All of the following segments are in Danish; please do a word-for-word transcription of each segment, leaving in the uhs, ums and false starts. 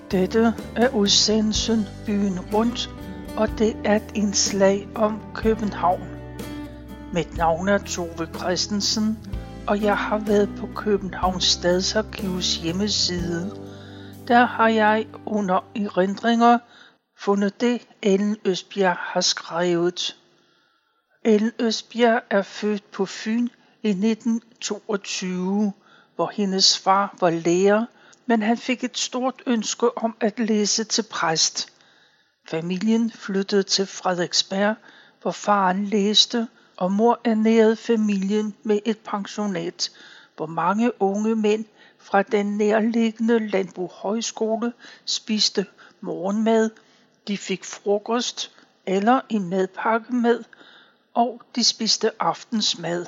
Dette er udsendelsen Byen Rundt, og det er et indslag om København. Mit navn er Tove Christensen, og jeg har været på Københavns Stadsarkivs hjemmeside. Der har jeg under erindringer fundet det, Ellen Østbjerg har skrevet. Ellen Østbjerg er født på Fyn i nitten toogtyve, hvor hendes far var lærer, men han fik et stort ønske om at læse til præst. Familien flyttede til Frederiksberg, hvor faren læste, og mor ernærede familien med et pensionat, hvor mange unge mænd fra den nærliggende Landbohøjskole spiste morgenmad, de fik frokost eller en madpakke med, og de spiste aftensmad.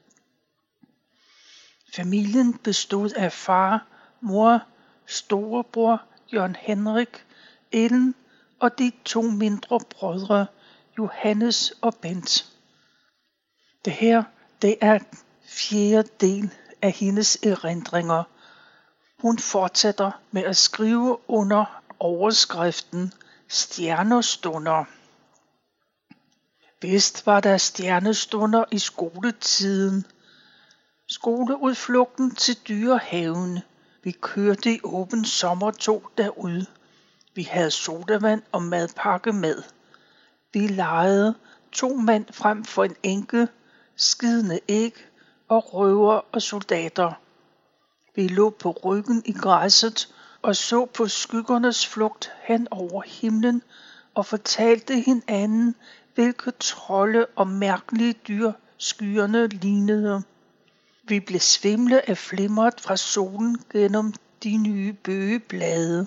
Familien bestod af far, mor, storebror Jørgen Henrik, Ellen og de to mindre brødre, Johannes og Bent. Det her, det er fjerde del af hendes erindringer. Hun fortsætter med at skrive under overskriften Stjernestunder. Vist var der stjernestunder i skoletiden. Skoleudflugten til Dyrehaven. Vi kørte i åben sommertog derud. Vi havde sodavand og madpakke med. Vi legede to mand frem for en enke, skidende æg og røver og soldater. Vi lå på ryggen i græsset og så på skyggernes flugt hen over himlen og fortalte hinanden, hvilke trolde og mærkelige dyr skyerne lignede. Vi blev svimle af flimmeret fra solen gennem de nye bøgeblade.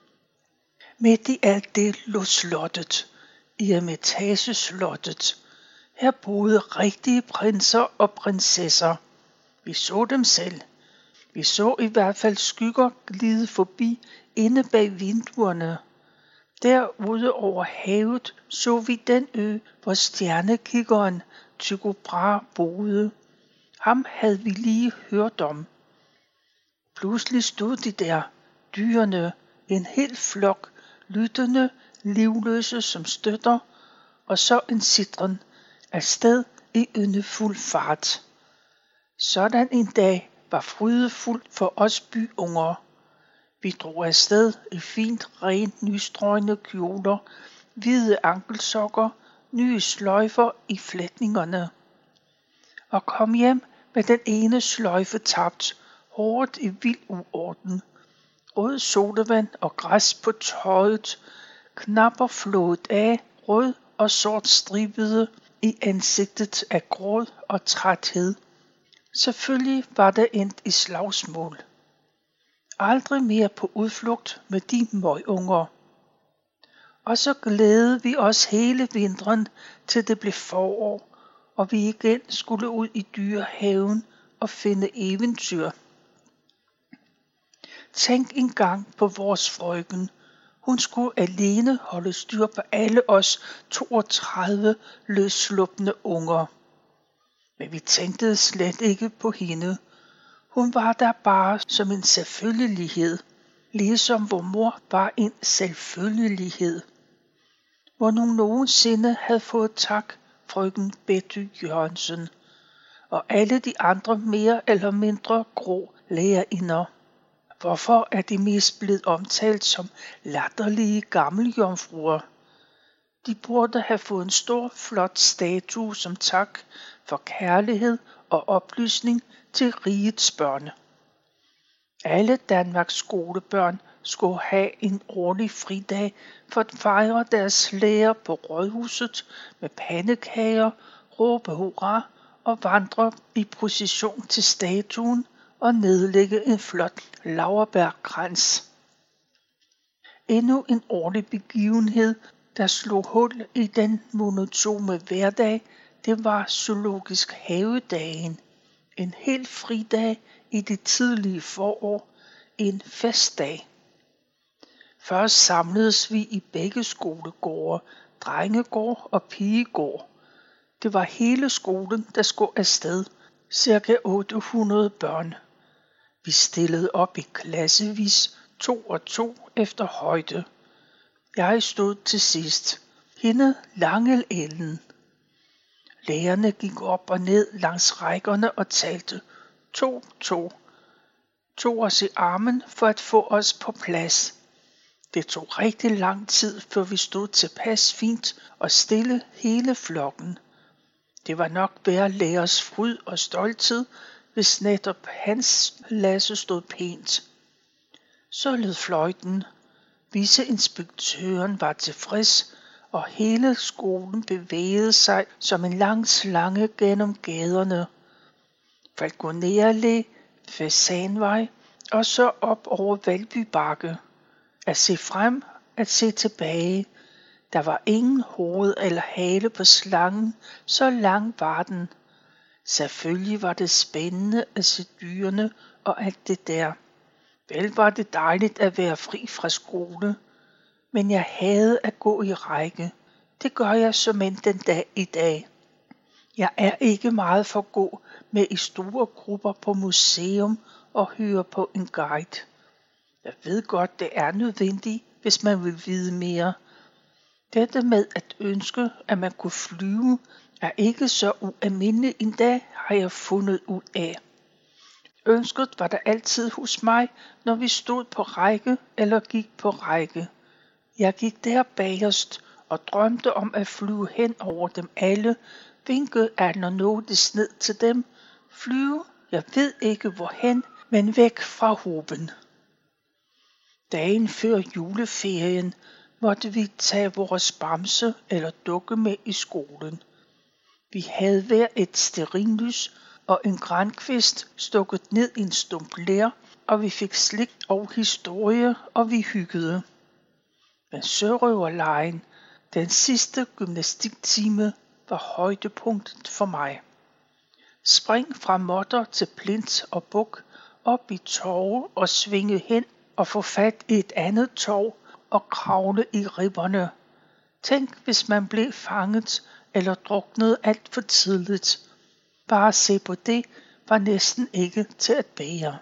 Midt i alt det lå slottet, Eremitageslottet. Her boede rigtige prinser og prinsesser. Vi så dem selv. Vi så i hvert fald skygger glide forbi inde bag vinduerne. Derude over havet så vi den ø, hvor stjernekiggeren Tycho Brahe boede. Ham havde vi lige hørt om. Pludselig stod de der, dyrene, en hel flok, lyttende, livløse som støtter, og så en citron, afsted i yndefuld fart. Sådan en dag var frydefuldt for os byunger. Vi drog afsted i fint, rent nystrøgne kjoler, hvide ankelsokker, nye sløjfer i flætningerne. Og kom hjem med den ene sløjfe tabt, hårdt i vild uorden. Rød sodavand og græs på tøjet, knapper flået af, rød og sort stribede i ansigtet af gråd og træthed. Selvfølgelig var det endt i slagsmål. Aldrig mere på udflugt med de møgunger. Og så glædede vi os hele vinteren, til det blev forår, og vi igen skulle ud i Dyrehaven og finde eventyr. Tænk engang på vores frøken. Hun skulle alene holde styr på alle os toogtredive løsslupne unger. Men vi tænkte slet ikke på hende. Hun var der bare som en selvfølgelighed, ligesom vor mor var en selvfølgelighed. Hvor hun nogensinde havde fået tak, frøken Betty Jørgensen, og alle de andre mere eller mindre grå lærerinder. Hvorfor er de mest blevet omtalt som latterlige gammeljomfruer? De burde have fået en stor, flot statue som tak for kærlighed og oplysning til rigets børn. Alle Danmarks skolebørn skulle have en årlig fridag for at fejre deres lærer på rådhuset med pandekager, råbe hurra og vandre i procession til statuen og nedlægge en flot laurbærkrans. Endnu en årlig begivenhed, der slog hul i den monotone hverdag, det var zoologisk havedagen. En helt fridag i det tidlige forår, en festdag. Først samledes vi i begge skolegårde, drengegård og pigegård. Det var hele skolen, der skulle afsted, cirka otte hundrede børn. Vi stillede op i klassevis, to og to efter højde. Jeg stod til sidst. Hende Langel Ellen. Lærerne gik op og ned langs rækkerne og talte to, to. Tog os i armen for at få os på plads. Det tog rigtig lang tid, før vi stod tilpas fint og stille hele flokken. Det var nok værd lærers fryd og stolthed, hvis netop hans lasse stod pænt. Så lød fløjten. Viceinspektøren var tilfreds, og hele skolen bevægede sig som en lang slange gennem gaderne. Falconer Allé, Fasanvej og så op over Valby Bakke. At se frem, at se tilbage. Der var ingen hoved eller hale på slangen, så lang var den. Selvfølgelig var det spændende at se dyrene og alt det der. Vel var det dejligt at være fri fra skole, men jeg havde at gå i række. Det gør jeg såmænd den dag i dag. Jeg er ikke meget for god med i store grupper på museum og høre på en guide. Jeg ved godt, det er nødvendigt, hvis man vil vide mere. Dette med at ønske, at man kunne flyve, er ikke så ualmindeligt endda, har jeg fundet ud af. Ønsket var der altid hos mig, når vi stod på række eller gik på række. Jeg gik der bagerst og drømte om at flyve hen over dem alle, vinke at når nådes ned til dem, flyve, jeg ved ikke hvorhen, men væk fra hoben. Dagen før juleferien måtte vi tage vores bamse eller dukke med i skolen. Vi havde hver et stearinlys og en grankvist stukket ned i en stump ler, og vi fik slik og historie, og vi hyggede. Men sørøverlegen, den sidste gymnastiktime, var højdepunktet for mig. Spring fra modder til plint og buk, op i torvet og svinge hen og få fat i et andet torv og kravle i ribberne. Tænk, hvis man blev fanget eller druknede alt for tidligt. Bare at se på det var næsten ikke til at bære.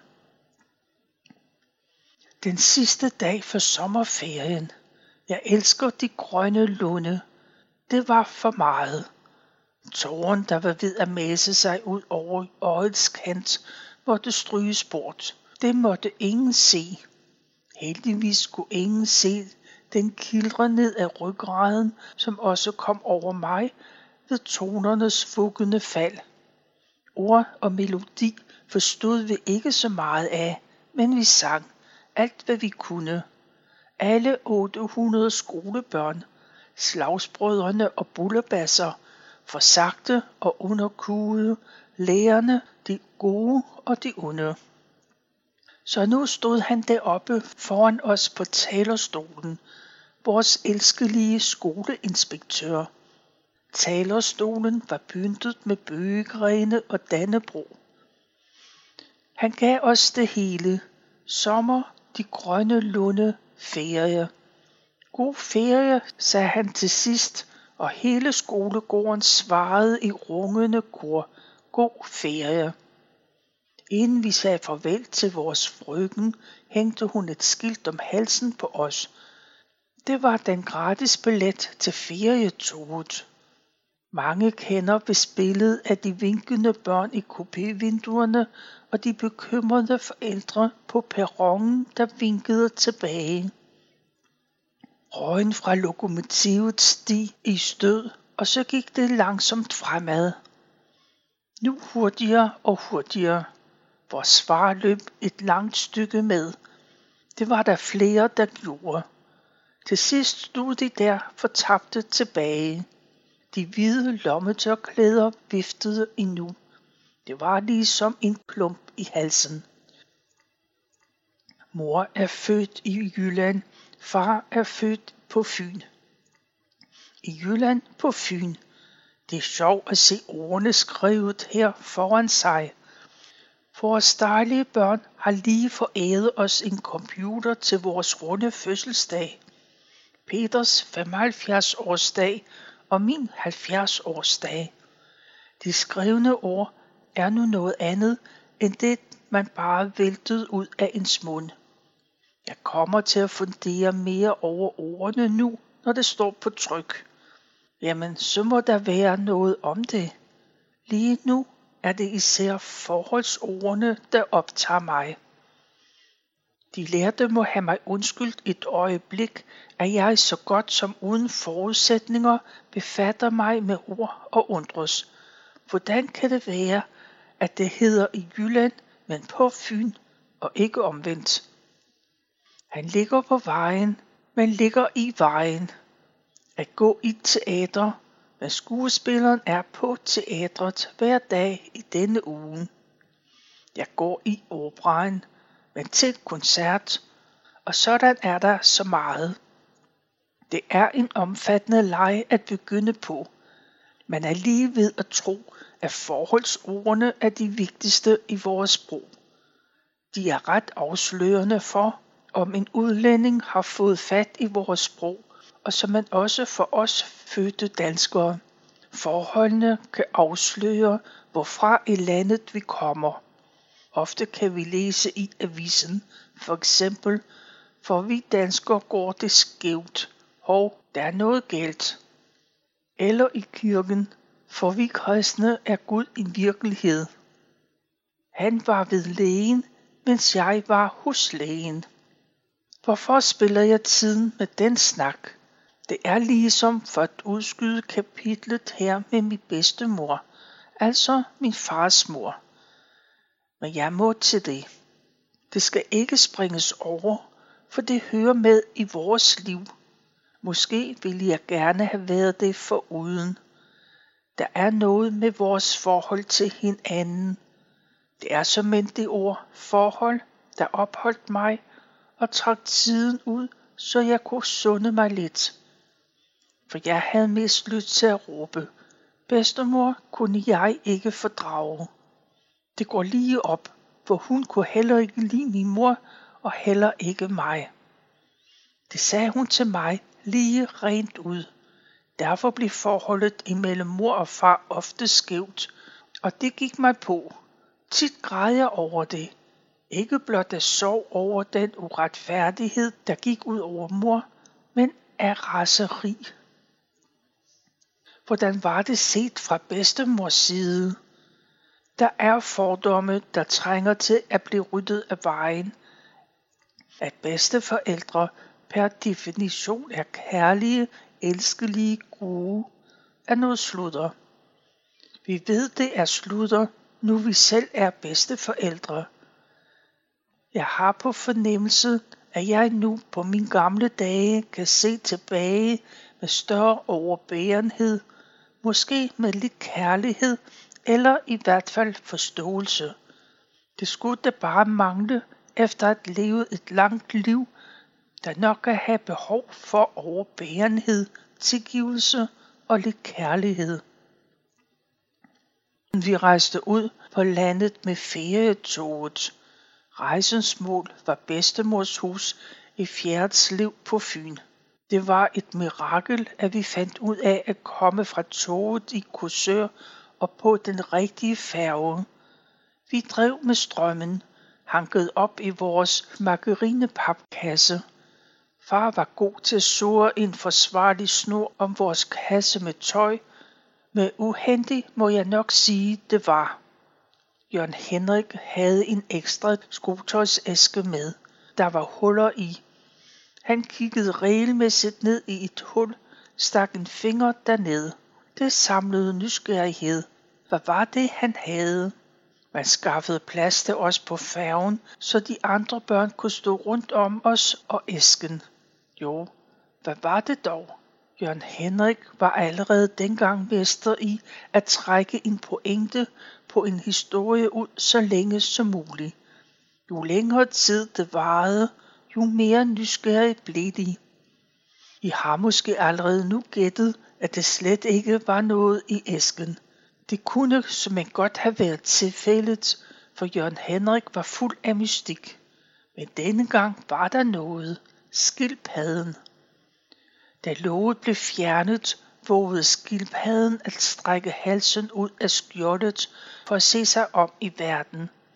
Den sidste dag for sommerferien. Jeg elsker de grønne lunde. Det var for meget. Tåren, der var ved at mase sig ud over øjets kant, måtte stryges bort. Det måtte ingen se. Heldigvis skulle ingen se den kildre ned af ryggraden, som også kom over mig ved tonernes vuggende fald. Ord og melodi forstod vi ikke så meget af, men vi sang alt hvad vi kunne. Alle otte hundrede skolebørn, slagsbrødrene og bullebasser, for sagte og underkuede, lærerne, de gode og de onde. Så nu stod han deroppe foran os på talerstolen, vores elskelige skoleinspektør. Talerstolen var pyntet med bøgegrene og Dannebrog. Han gav os det hele. Sommer, de grønne lunde, ferie. God ferie, sagde han til sidst, og hele skolegården svarede i rungende kor. God ferie. Inden vi sagde farvel til vores frøken, hængte hun et skilt om halsen på os. Det var den gratis billet til ferietoget. Mange kender vist billedet af de vinkende børn i kupévinduerne og de bekymrede forældre på perronen, der vinkede tilbage. Røgen fra lokomotivet steg i stød, og så gik det langsomt fremad. Nu hurtigere og hurtigere. Vores far løb et langt stykke med. Det var der flere, der gjorde. Til sidst stod de der fortabte tilbage. De hvide lommetørklæder viftede endnu. Det var ligesom en klump i halsen. Mor er født i Jylland. Far er født på Fyn. I Jylland på Fyn. Det er sjovt at se ordene skrevet her foran sig. Vores dejlige børn har lige foræret os en computer til vores runde fødselsdag. Peters femoghalvfjerds årsdag og min halvfjerds årsdag. De skrevne ord er nu noget andet end det, man bare væltede ud af ens mund. Jeg kommer til at fundere mere over ordene nu, når det står på tryk. Jamen, så må der være noget om det. Lige nu er det især forholdsordene, der optager mig. De lærte må have mig undskyldt et øjeblik, at jeg så godt som uden forudsætninger befatter mig med ord og undres. Hvordan kan det være, at det hedder i Jylland, men på Fyn og ikke omvendt? Han ligger på vejen, men ligger i vejen. At gå i teater, men skuespilleren er på teatret hver dag i denne uge. Jeg går i operaen, men til koncert, og sådan er der så meget. Det er en omfattende leg at begynde på. Man er lige ved at tro, at forholdsordene er de vigtigste i vores sprog. De er ret afslørende for, om en udlænding har fået fat i vores sprog, og som man også for os fødte danskere. Forholdene kan afsløre, hvorfra i landet vi kommer. Ofte kan vi læse i avisen, for eksempel, for vi danskere går det skævt, og der er noget galt. Eller i kirken, for vi kristne er Gud en virkelighed. Han var ved lægen, mens jeg var hos lægen. Hvorfor spiller jeg tiden med den snak? Det er ligesom for at udskyde kapitlet her med min bedstemor, altså min fars mor. Men jeg må til det. Det skal ikke springes over, for det hører med i vores liv. Måske ville jeg gerne have været det foruden. Der er noget med vores forhold til hinanden. Det er som en det ord forhold, der opholdt mig og trak tiden ud, så jeg kunne sunde mig lidt. For jeg havde mest lyst til at råbe. Bedstemor kunne jeg ikke fordrage. Det går lige op, for hun kunne heller ikke lide min mor og heller ikke mig. Det sagde hun til mig lige rent ud. Derfor blev forholdet imellem mor og far ofte skævt, og det gik mig på. Tit græd jeg over det. Ikke blot af sorg over den uretfærdighed, der gik ud over mor, men af raseri. Hvordan var det set fra bedstemors side? Der er fordomme, der trænger til at blive ryddet af vejen. At bedsteforældre per definition er kærlige, elskelige, gode, er noget sludder. Vi ved, det er sludder, nu vi selv er bedsteforældre. Jeg har på fornemmelse, at jeg nu på mine gamle dage kan se tilbage med større overbærenhed, måske med lidt kærlighed, eller i hvert fald forståelse. Det skulle da bare mangle efter at leve et langt liv, der nok kan have behov for overbærenhed, tilgivelse og lidt kærlighed. Vi rejste ud på landet med ferietoget. Rejsens mål var bedstemors hus i Fjerritslev på Fyn. Det var et mirakel, at vi fandt ud af at komme fra toget i Korsør og på den rigtige færge. Vi drev med strømmen, hanket op i vores margarinepapkasse. Far var god til at sure en forsvarlig snor om vores kasse med tøj, men uheldig må jeg nok sige, det var. Jørgen Henrik havde en ekstra skotøjsæske med, der var huller i. Han kiggede regelmæssigt ned i et hul, stak en finger derned. Det samlede nysgerrighed. Hvad var det, han havde? Man skaffede plads til os på færgen, så de andre børn kunne stå rundt om os og æsken. Jo, hvad var det dog? Jørgen Henrik var allerede dengang mester i at trække en pointe på en historie ud så længe som muligt. Jo længere tid det varede, jo mere nysgerrig blev de. I har måske allerede nu gættet, at det slet ikke var noget i æsken. Det kunne som en godt have været tilfældet, for Jørgen Henrik var fuld af mystik. Men denne gang var der noget. Skildpadden. Da låget blev fjernet, vågede skildpadden at strække halsen ud af skjoldet for at se sig om i verden.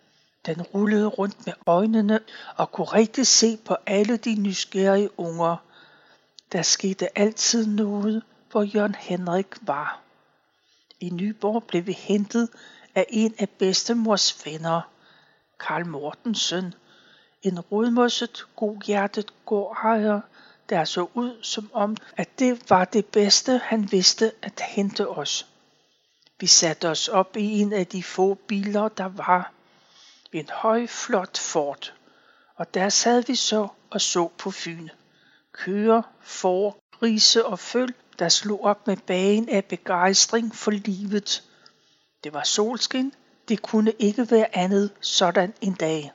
Den rullede rundt med øjnene og kunne rigtig se på alle de nysgerrige unger. Der skete altid noget, hvor Jørgen Henrik var. I Nyborg blev vi hentet af en af bedstemors venner, Karl Mortensen, en rodmosset, godhjertet gårdejer, der så ud som om, at det var det bedste, han vidste at hente os. Vi satte os op i en af de få biler, der var. En høj, flot Ford, og der sad vi så og så på Fyn. Køer, får, grise og føl, der slog op med bagen af begejstring for livet. Det var solskin, det kunne ikke være andet sådan en dag.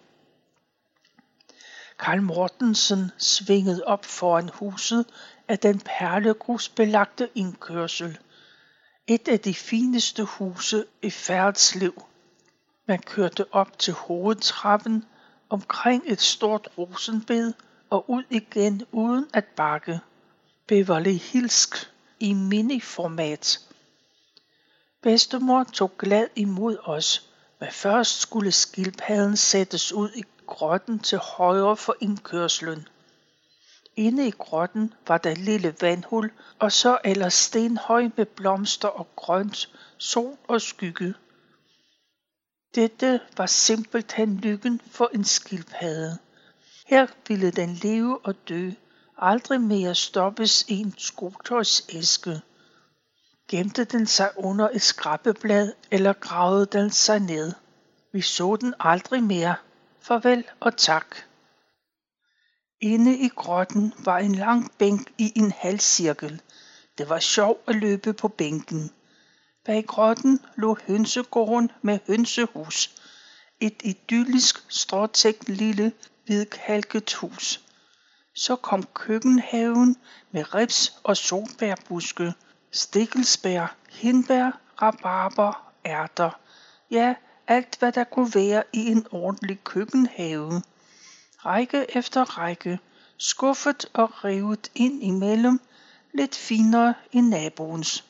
Karl Mortensen svingede op foran huset af den perlegrusbelagte indkørsel. Et af de fineste huse i Færdslev. Man kørte op til hovedtrappen, omkring et stort rosenbed og ud igen uden at bakke. Beverly Hillsk i miniformat. Bedstemor tog glad imod os, men først skulle skildpadden sættes ud i grotten til højre for indkørslen. Inde i grotten var der et lille vandhul, og så ellers stenhøj med blomster og grønt, sol og skygge. Dette var simpelthen lykken for en skildpadde. Her ville den leve og dø, aldrig mere stoppes i en skoters æske. Gemte den sig under et skrabbeblad, eller gravede den sig ned. Vi så den aldrig mere. Farvel og tak. Inde i grotten var en lang bænk i en halvcirkel. Det var sjovt at løbe på bænken. Bag grotten lå hønsegården med hønsehus. Et idyllisk stråtækt lille hvidkalket hus. Så kom køkkenhaven med rips og solbærbuske, stikkelsbær, hindbær, rabarber, ærter. Ja, alt hvad der kunne være i en ordentlig køkkenhave. Række efter række, skuffet og revet ind imellem, lidt finere end naboens.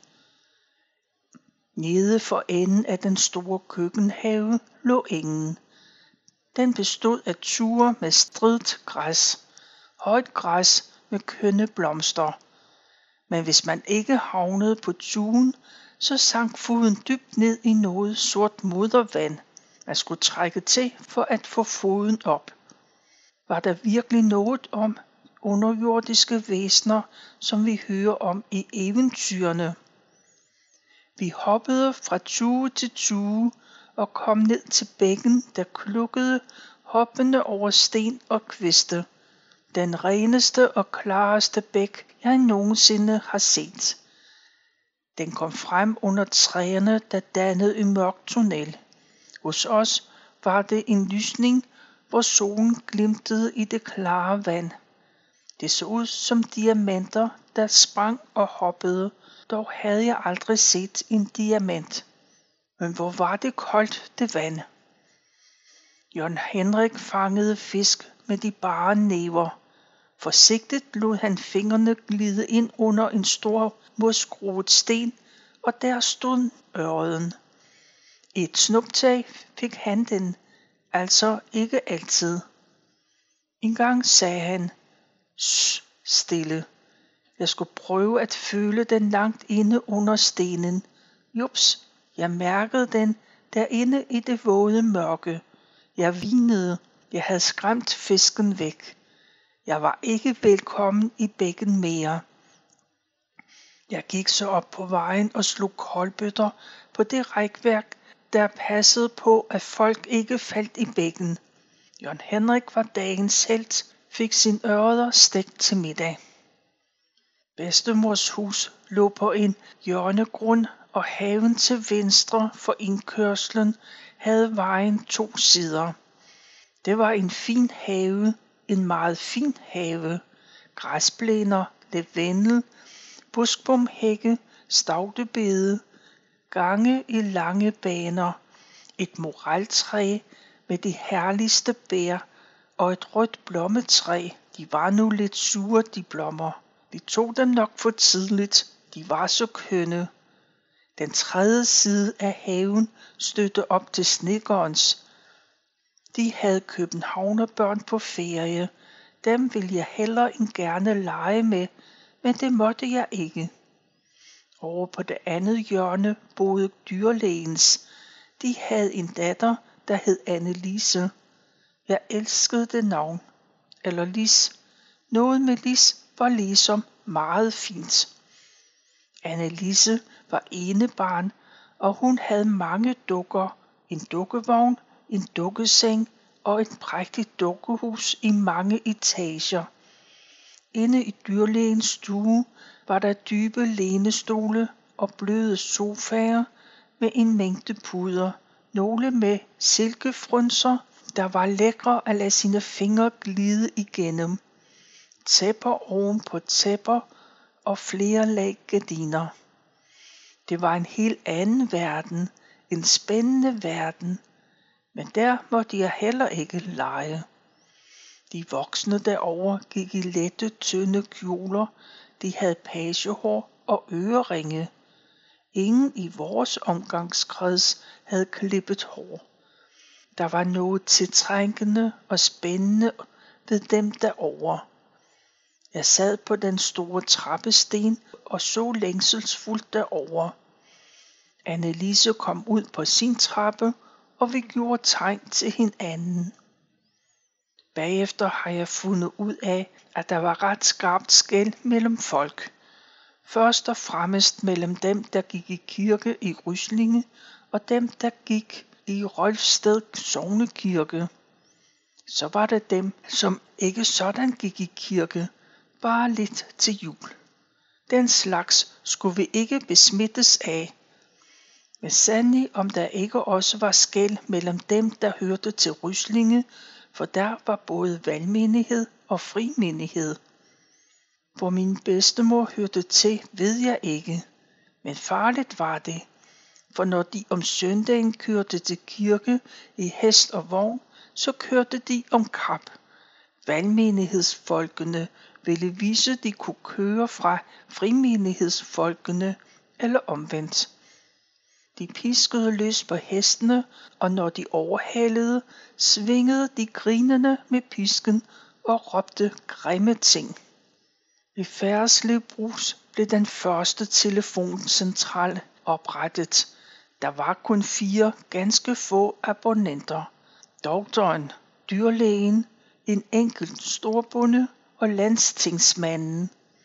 Nede for enden af den store køkkenhave lå engen. Den bestod af ture med stridt græs, højt græs med kønne blomster. Men hvis man ikke havnede på turen, så sank foden dybt ned i noget sort modervand. Man skulle trække til for at få foden op. Var der virkelig noget om underjordiske væsener, som vi hører om i eventyrene? Vi hoppede fra tue til tue og kom ned til bækken, der klukkede, hoppende over sten og kviste. Den reneste og klareste bæk, jeg nogensinde har set. Den kom frem under træerne, der dannede en mørk tunnel. Hos os var det en lysning, hvor solen glimtede i det klare vand. Det så ud som diamanter, der sprang og hoppede, dog havde jeg aldrig set en diamant. Men hvor var det koldt, det vand. Jørgen Henrik fangede fisk med de bare næver. Forsigtigt lod han fingrene glide ind under en stor mosgroet sten, og der stod ørreden. I et snuptag fik han den, altså ikke altid. En gang sagde han, "Shh, stille. Jeg skulle prøve at føle den langt inde under stenen. Jups, jeg mærkede den derinde i det våde mørke. Jeg hvinede, jeg havde skræmt fisken væk. Jeg var ikke velkommen i bækken mere. Jeg gik så op på vejen og slog kolbøtter på det rækværk, der passede på, at folk ikke faldt i bækken. Jørgen Henrik var dagens helt, fik sin ørreder stegt til middag. Bedstemors hus lå på en hjørnegrund, og haven til venstre for indkørslen havde vejen to sider. Det var en fin have, en meget fin have. Græsplæner, lavendel, buskbomhække, staudebede, gange i lange baner, et moraltræ med de herligste bær og et rødt blommetræ. De var nu lidt sure, de blommer. Vi tog dem nok for tidligt. De var så kønne. Den tredje side af haven stødte op til snedkerens. De havde københavnerbørn på ferie. Dem ville jeg hellere end gerne lege med, men det måtte jeg ikke. Over på det andet hjørne boede dyrlægens. De havde en datter, der hed Annelise. Jeg elskede det navn. Eller Lis. Noget med Lis var ligesom meget fint. Annelise var enebarn, og hun havde mange dukker. En dukkevogn, en dukkeseng og et prægtigt dukkehus i mange etager. Inde i dyrlægens stue var der dybe lænestole og bløde sofaer med en mængde puder. Nogle med silkefrynser, der var lækre at lade sine fingre glide igennem. Tæpper oven på tæpper og flere lag gardiner. Det var en helt anden verden, en spændende verden, men der måtte jeg heller ikke lege. De voksne derovre gik i lette, tynde kjoler, de havde pagehår og øreringe. Ingen i vores omgangskreds havde klippet hår. Der var noget tiltrækkende og spændende ved dem derovre. Jeg sad på den store trappesten og så længselsfuldt derover. Annelise kom ud på sin trappe, og vi gjorde tegn til hinanden. Bagefter har jeg fundet ud af, at der var ret skarpt skel mellem folk. Først og fremmest mellem dem, der gik i kirke i Ryslinge, og dem, der gik i Rolfsted Sognekirke. Så var der dem, som ikke sådan gik i kirke, bare lidt til jul. Den slags skulle vi ikke besmittes af. Men sandelig om der ikke også var skel mellem dem, der hørte til Ryslinge, for der var både valgmenighed og frimenighed. Hvor min bedstemor hørte til, ved jeg ikke, men farligt var det, for når de om søndagen kørte til kirke i hest og vogn, så kørte de om kap. Valgmenighedsfolkene ville vise, de kunne køre fra frimenighedsfolkene eller omvendt. De piskede løs på hestene, og når de overhalede, svingede de grinende med pisken og råbte grimme ting. I Færreslev Brugs blev den første telefoncentral oprettet. Der var kun fire ganske få abonnenter. Doktoren, dyrlægen, en enkelt storbonde og landstingsmanden.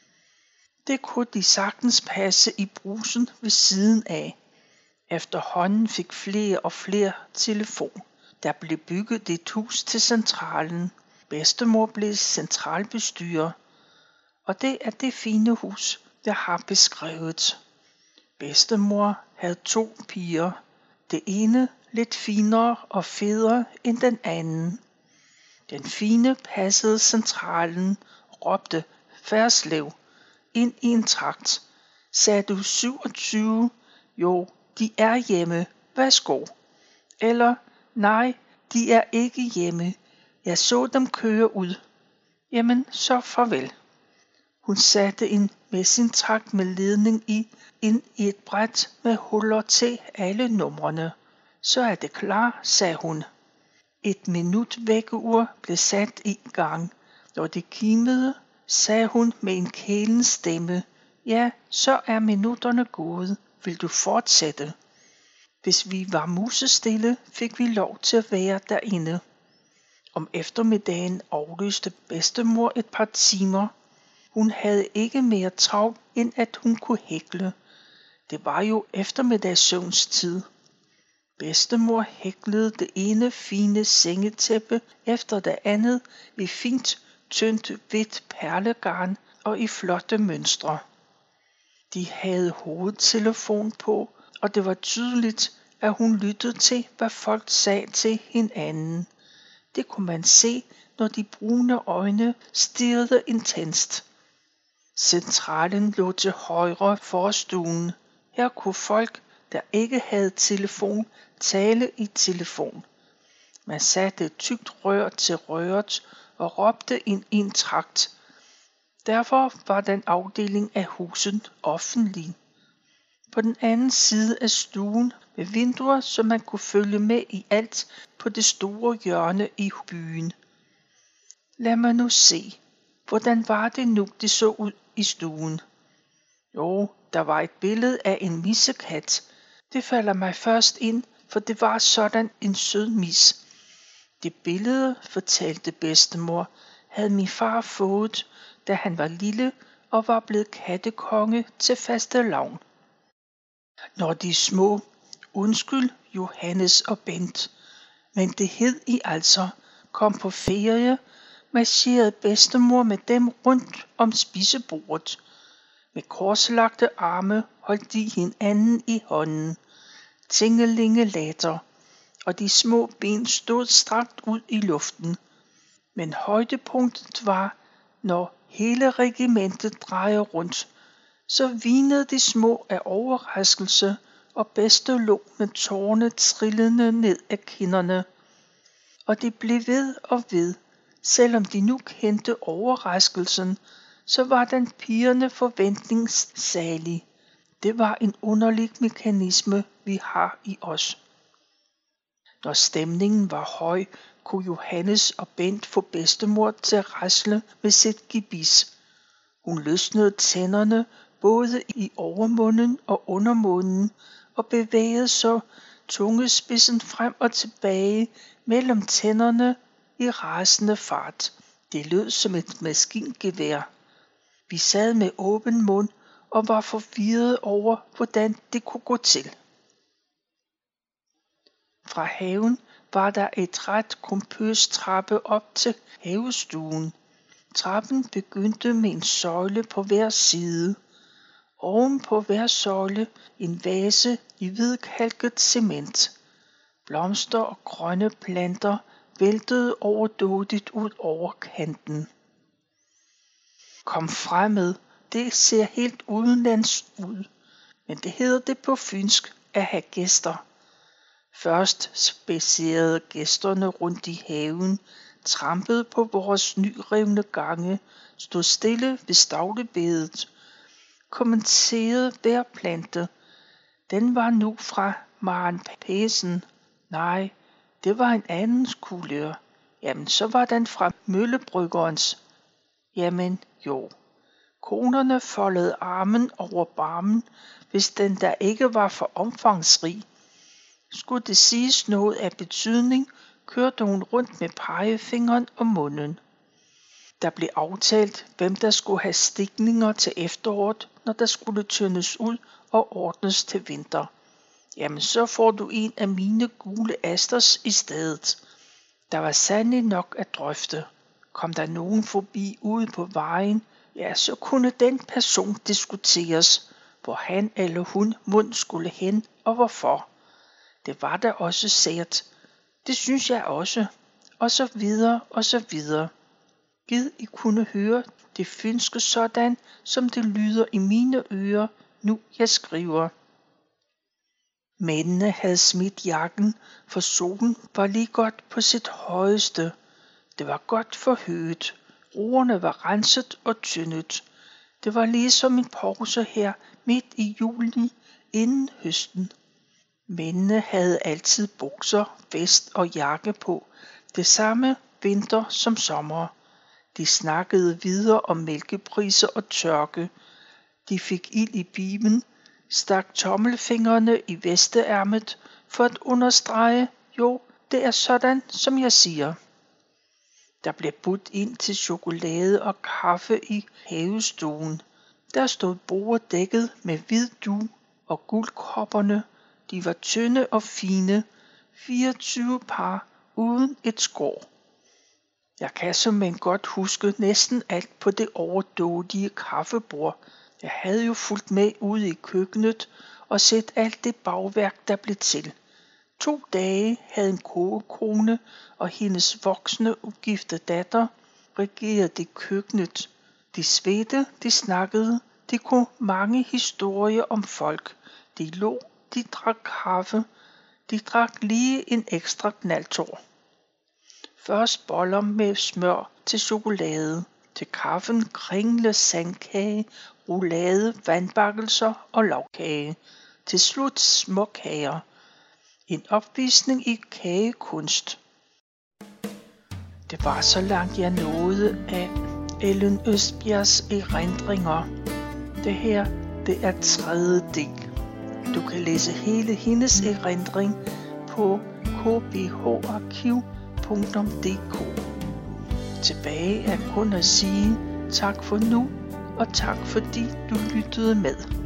Det kunne de sagtens passe i Brugsen ved siden af. Efterhånden fik flere og flere telefon. Der blev bygget et hus til centralen. Bedstemor blev centralbestyrer. Og det er det fine hus, jeg har beskrevet. Bedstemor havde to piger. Det ene lidt finere og federe end den anden. Den fine passede centralen, råbte Færreslev ind i en trakt. Sagde du syvogtyve? Jo, de er hjemme. Værsgo. Eller, nej, de er ikke hjemme. Jeg så dem køre ud. Jamen, så farvel. Hun satte en messingtrakt med ledning i, ind i et bræt med huller til alle numrene. Så er det klar, sagde hun. Et minut vækkeur blev sat i gang. Når det kimede, sagde hun med en kælen stemme. Ja, så er minutterne gået. Vil du fortsætte? Hvis vi var musestille, fik vi lov til at være derinde. Om eftermiddagen afløste bedstemor et par timer. Hun havde ikke mere travlt, end at hun kunne hækle. Det var jo eftermiddagssøvnstid. Bedstemor hæklede det ene fine sengetæppe efter det andet i fint, tyndt, hvidt perlegarn og i flotte mønstre. De havde hovedtelefon på, og det var tydeligt, at hun lyttede til, hvad folk sagde til hinanden. Det kunne man se, når de brune øjne stirrede intenst. Centralen lå til højre for stuen. Her kunne folk, der ikke havde telefon, tale i telefon. Man satte et tykt rør til røret og råbte ind i en trakt. Derfor var den afdeling af huset offentlig. på den anden side af stuen med vinduer, så man kunne følge med i alt på det store hjørne i byen. Lad mig nu se, hvordan var det nu, det så ud i stuen? Jo, der var et billede af en missekat. Det falder mig først ind, for det var sådan en sød mis. Det billede, fortalte bedstemor, havde min far fået, da han var lille og var blevet kattekonge til fastelavn. Når de små, undskyld Johannes og Bent, men det hed I altså, kom på ferie, marcherede bedstemor med dem rundt om spisebordet. Med korslagte arme holdt de hinanden i hånden. Tingelinge latter, og de små ben stod strakt ud i luften. Men højdepunktet var, når hele regimentet drejede rundt, så vinede de små af overraskelse, og bedste lå med tårne trillende ned af kinderne. Og de blev ved og ved, selvom de nu kendte overraskelsen, så var den pigerne forventningssalig. Det var en underlig mekanisme, vi har i os. Når stemningen var høj, kunne Johannes og Bent få bedstemor til at rasle med sit gebis. Hun løsnede tænderne både i overmunden og undermunden og bevægede så tungespidsen frem og tilbage mellem tænderne i rasende fart. Det lød som et maskingevær. Vi sad med åben mund og var forvirret over, hvordan det kunne gå til. Fra haven var der et ret pompøst trappe op til havestuen. Trappen begyndte med en søjle på hver side. Oven på hver søjle en vase i hvidkalket cement. Blomster og grønne planter væltede overdådigt ud over kanten. Kom fremmed, det ser helt udenlands ud, men det hedder det på fynsk at have gæster. Først spacerede gæsterne rundt i haven, trampede på vores nyrevne gange, stod stille ved stavlebedet, kommenterede hver plante. Den var nu fra Maren Pæsen. Nej, det var en andens kulør. Jamen, så var den fra Møllebryggerens. Jamen, jo. Konerne foldede armen over barmen, hvis den der ikke var for omfangsrig. Skulle det siges noget af betydning, kørte hun rundt med pegefingeren og munden. Der blev aftalt, hvem der skulle have stikninger til efteråret, når der skulle tyndes ud og ordnes til vinter. Jamen, så får du en af mine gule asters i stedet. Der var sandelig nok at drøfte. Kom der nogen forbi ude på vejen, ja, så kunne den person diskuteres, hvor han eller hun mund skulle hen og hvorfor. Det var da også sært. Det synes jeg også. Og så videre og så videre. Gid I kunne høre det fynske sådan, som det lyder i mine ører, nu jeg skriver. Mændene havde smidt jakken, for solen var lige godt på sit højeste. Det var godt forhøjet. Roerne var renset og tyndet. Det var ligesom en pause her midt i juli inden høsten. Mændene havde altid bukser, vest og jakke på, det samme vinter som sommer. De snakkede videre om mælkepriser og tørke. De fik ild i biben, stak tommelfingrene i vesteærmet for at understrege, jo, det er sådan, som jeg siger. Der blev budt ind til chokolade og kaffe i havestuen. Der stod bordet dækket med hvid dug og guldkopperne. De var tynde og fine, fireogtyve par uden et skår. Jeg kan såmænd godt huske næsten alt på det overdådige kaffebord. Jeg havde jo fulgt med ude i køkkenet og set alt det bagværk, der blev til. To dage havde en kogekone og hendes voksne ugifte datter regeret det køkkenet. De svedte, de snakkede, de kunne mange historier om folk. De lå, de drak kaffe, de drak lige en ekstra knaldtår. Først boller med smør til chokolade, til kaffen kringle sandkage, roulade, vandbakkelser og lavkage. til slut småkager. En opvisning i kagekunst. Det var så langt jeg nåede af Ellen Østbjergs erindringer. Det her, det er tredje del. Du kan læse hele hendes erindring på k b h arkiv punktum d k. Tilbage er kun at sige tak for nu, og tak fordi du lyttede med.